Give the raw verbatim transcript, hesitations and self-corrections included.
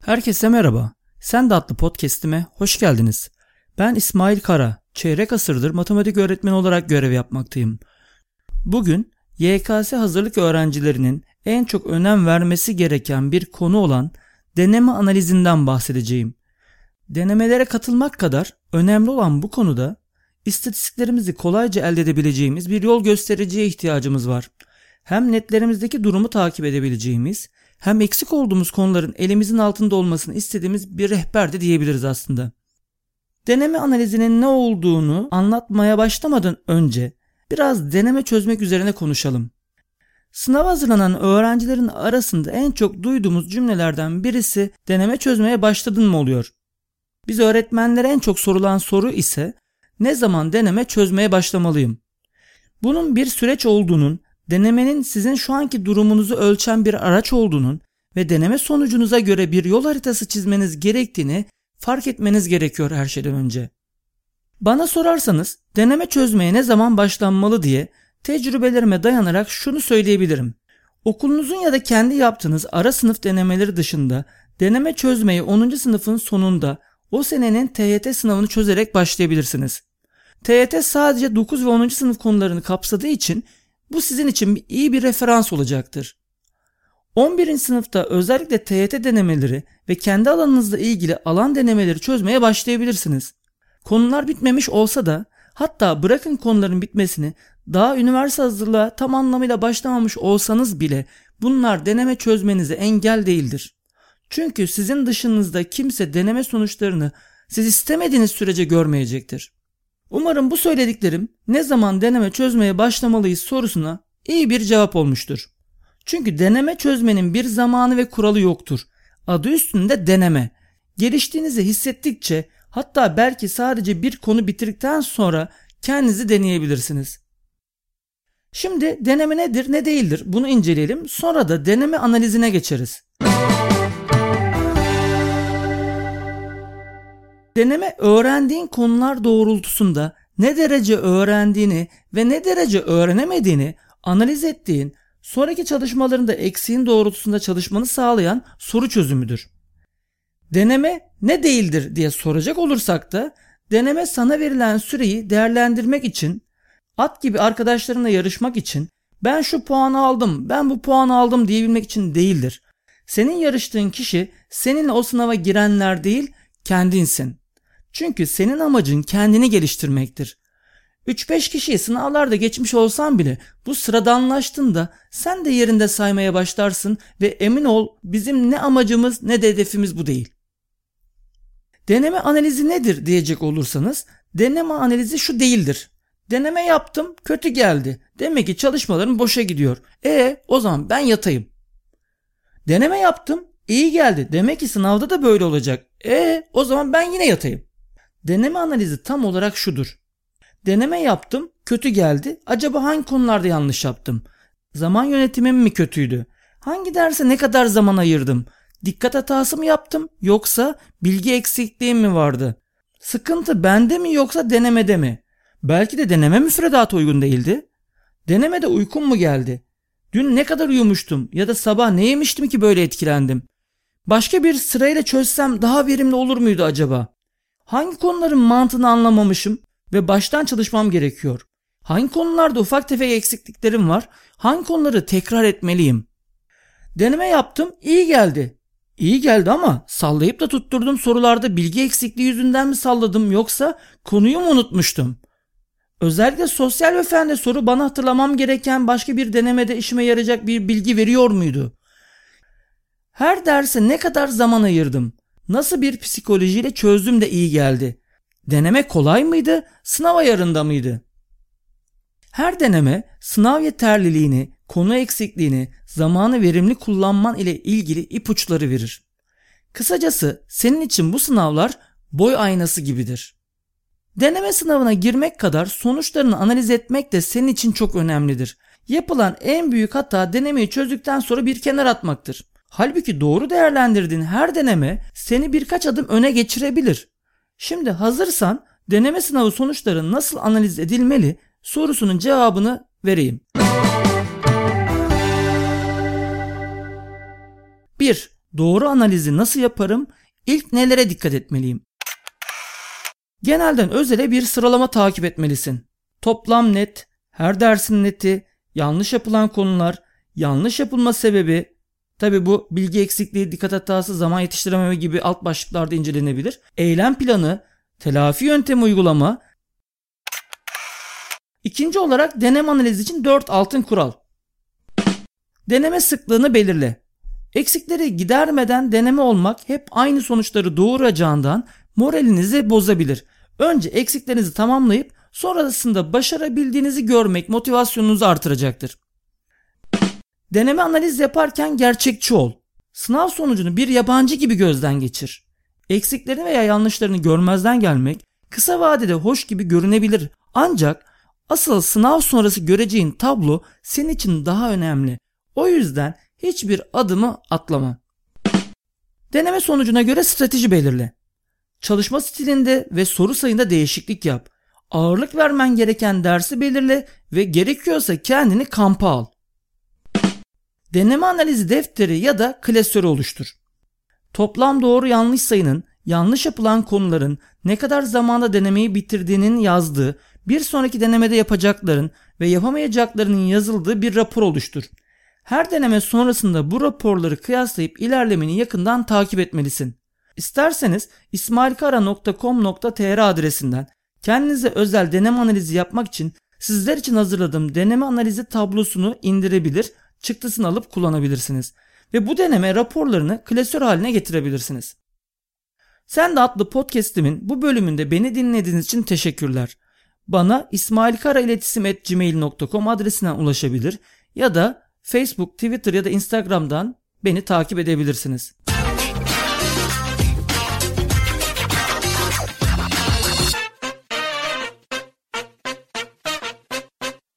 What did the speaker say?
Herkese merhaba. Sen de adlı podcast'ime hoş geldiniz. Ben İsmail Kara, çeyrek asırdır matematik öğretmeni olarak görev yapmaktayım. Bugün Y K S hazırlık öğrencilerinin en çok önem vermesi gereken bir konu olan deneme analizinden bahsedeceğim. Denemelere katılmak kadar önemli olan bu konuda istatistiklerimizi kolayca elde edebileceğimiz bir yol göstericiye ihtiyacımız var. Hem netlerimizdeki durumu takip edebileceğimiz hem eksik olduğumuz konuların elimizin altında olmasını istediğimiz bir rehber de diyebiliriz aslında. Deneme analizinin ne olduğunu anlatmaya başlamadan önce biraz deneme çözmek üzerine konuşalım. Sınava hazırlanan öğrencilerin arasında en çok duyduğumuz cümlelerden birisi deneme çözmeye başladın mı oluyor. Biz öğretmenlere en çok sorulan soru ise ne zaman deneme çözmeye başlamalıyım? Bunun bir süreç olduğunun, denemenin sizin şu anki durumunuzu ölçen bir araç olduğunun ve deneme sonucunuza göre bir yol haritası çizmeniz gerektiğini fark etmeniz gerekiyor her şeyden önce. Bana sorarsanız deneme çözmeye ne zaman başlanmalı diye tecrübelerime dayanarak şunu söyleyebilirim. Okulunuzun ya da kendi yaptığınız ara sınıf denemeleri dışında deneme çözmeyi onuncu sınıfın sonunda o senenin T Y T sınavını çözerek başlayabilirsiniz. T Y T sadece dokuz ve onuncu sınıf konularını kapsadığı için bu sizin için iyi bir referans olacaktır. on birinci sınıfta özellikle T Y T denemeleri ve kendi alanınızla ilgili alan denemeleri çözmeye başlayabilirsiniz. Konular bitmemiş olsa da, hatta bırakın konuların bitmesini, daha üniversite hazırlığa tam anlamıyla başlamamış olsanız bile bunlar deneme çözmenize engel değildir. Çünkü sizin dışınızda kimse deneme sonuçlarını siz istemediğiniz sürece görmeyecektir. Umarım bu söylediklerim ne zaman deneme çözmeye başlamalıyız sorusuna iyi bir cevap olmuştur. Çünkü deneme çözmenin bir zamanı ve kuralı yoktur. Adı üstünde deneme. Geliştiğinizi hissettikçe, hatta belki sadece bir konu bitirdikten sonra kendinizi deneyebilirsiniz. Şimdi deneme nedir, ne değildir bunu inceleyelim. Sonra da deneme analizine geçeriz. Deneme, öğrendiğin konular doğrultusunda ne derece öğrendiğini ve ne derece öğrenemediğini analiz ettiğin, sonraki çalışmalarında eksiğin doğrultusunda çalışmanı sağlayan soru çözümüdür. Deneme ne değildir diye soracak olursak da, deneme sana verilen süreyi değerlendirmek için, at gibi arkadaşlarınla yarışmak için, ben şu puanı aldım, ben bu puanı aldım diyebilmek için değildir. Senin yarıştığın kişi seninle o sınava girenler değil, kendinsin. Çünkü senin amacın kendini geliştirmektir. üç beş kişiyi sınavlarda geçmiş olsan bile bu sıradanlaştığında sen de yerinde saymaya başlarsın ve emin ol, bizim ne amacımız ne de hedefimiz bu değil. Deneme analizi nedir diyecek olursanız, deneme analizi şu değildir. Deneme yaptım, kötü geldi. Demek ki çalışmalarım boşa gidiyor. E o zaman ben yatayım. Deneme yaptım, iyi geldi. Demek ki sınavda da böyle olacak. E o zaman ben yine yatayım. Deneme analizi tam olarak şudur. Deneme yaptım, kötü geldi. Acaba hangi konularda yanlış yaptım? Zaman yönetimim mi kötüydü? Hangi derse ne kadar zaman ayırdım? Dikkat hatası mı yaptım yoksa bilgi eksikliğim mi vardı? Sıkıntı bende mi yoksa denemede mi? Belki de deneme müfredatı uygun değildi. Denemede uykum mu geldi? Dün ne kadar uyumuştum ya da sabah ne yemiştim ki böyle etkilendim? Başka bir sırayla çözsem daha verimli olur muydu acaba? Hangi konuların mantığını anlamamışım ve baştan çalışmam gerekiyor? Hangi konularda ufak tefek eksikliklerim var? Hangi konuları tekrar etmeliyim? Deneme yaptım, iyi geldi. İyi geldi ama sallayıp da tutturdum sorularda bilgi eksikliği yüzünden mi salladım yoksa konuyu mu unutmuştum? Özellikle sosyal ve fende soru bana hatırlamam gereken başka bir denemede işime yarayacak bir bilgi veriyor muydu? Her derse ne kadar zaman ayırdım? Nasıl bir psikolojiyle çözdüm de iyi geldi? Deneme kolay mıydı, sınav ayarında mıydı? Her deneme sınav yeterliliğini, konu eksikliğini, zamanı verimli kullanman ile ilgili ipuçları verir. Kısacası senin için bu sınavlar boy aynası gibidir. Deneme sınavına girmek kadar sonuçlarını analiz etmek de senin için çok önemlidir. Yapılan en büyük hata denemeyi çözdükten sonra bir kenara atmaktır. Halbuki doğru değerlendirdiğin her deneme seni birkaç adım öne geçirebilir. Şimdi hazırsan deneme sınavı sonuçları nasıl analiz edilmeli sorusunun cevabını vereyim. bir. Doğru analizi nasıl yaparım? İlk nelere dikkat etmeliyim? Genelden özele bir sıralama takip etmelisin. Toplam net, her dersin neti, yanlış yapılan konular, yanlış yapılma sebebi, tabi bu bilgi eksikliği, dikkat hatası, zaman yetiştirememe gibi alt başlıklarda incelenebilir. Eylem planı, telafi yöntemi uygulama. İkinci olarak deneme analizi için dört altın kural. Deneme sıklığını belirle. Eksikleri gidermeden deneme olmak hep aynı sonuçları doğuracağından moralinizi bozabilir. Önce eksiklerinizi tamamlayıp sonrasında başarabildiğinizi görmek motivasyonunuzu artıracaktır. Deneme analiz yaparken gerçekçi ol. Sınav sonucunu bir yabancı gibi gözden geçir. Eksiklerini veya yanlışlarını görmezden gelmek kısa vadede hoş gibi görünebilir. Ancak asıl sınav sonrası göreceğin tablo senin için daha önemli. O yüzden hiçbir adımı atlama. Deneme sonucuna göre strateji belirle. Çalışma stilinde ve soru sayında değişiklik yap. Ağırlık vermen gereken dersi belirle ve gerekiyorsa kendini kampa al. Deneme analizi defteri ya da klasörü oluştur. Toplam doğru yanlış sayının, yanlış yapılan konuların, ne kadar zamanda denemeyi bitirdiğinin yazdığı, bir sonraki denemede yapacakların ve yapamayacaklarının yazıldığı bir rapor oluştur. Her deneme sonrasında bu raporları kıyaslayıp ilerlemeni yakından takip etmelisin. İsterseniz ismailkara nokta com nokta tr adresinden kendinize özel deneme analizi yapmak için sizler için hazırladığım deneme analizi tablosunu indirebilir, çıktısını alıp kullanabilirsiniz. Ve bu deneme raporlarını klasör haline getirebilirsiniz. Sen de adlı podcast'imin bu bölümünde beni dinlediğiniz için teşekkürler. Bana ismailkarailetişim at gmail nokta com adresinden ulaşabilir ya da Facebook, Twitter ya da Instagram'dan beni takip edebilirsiniz.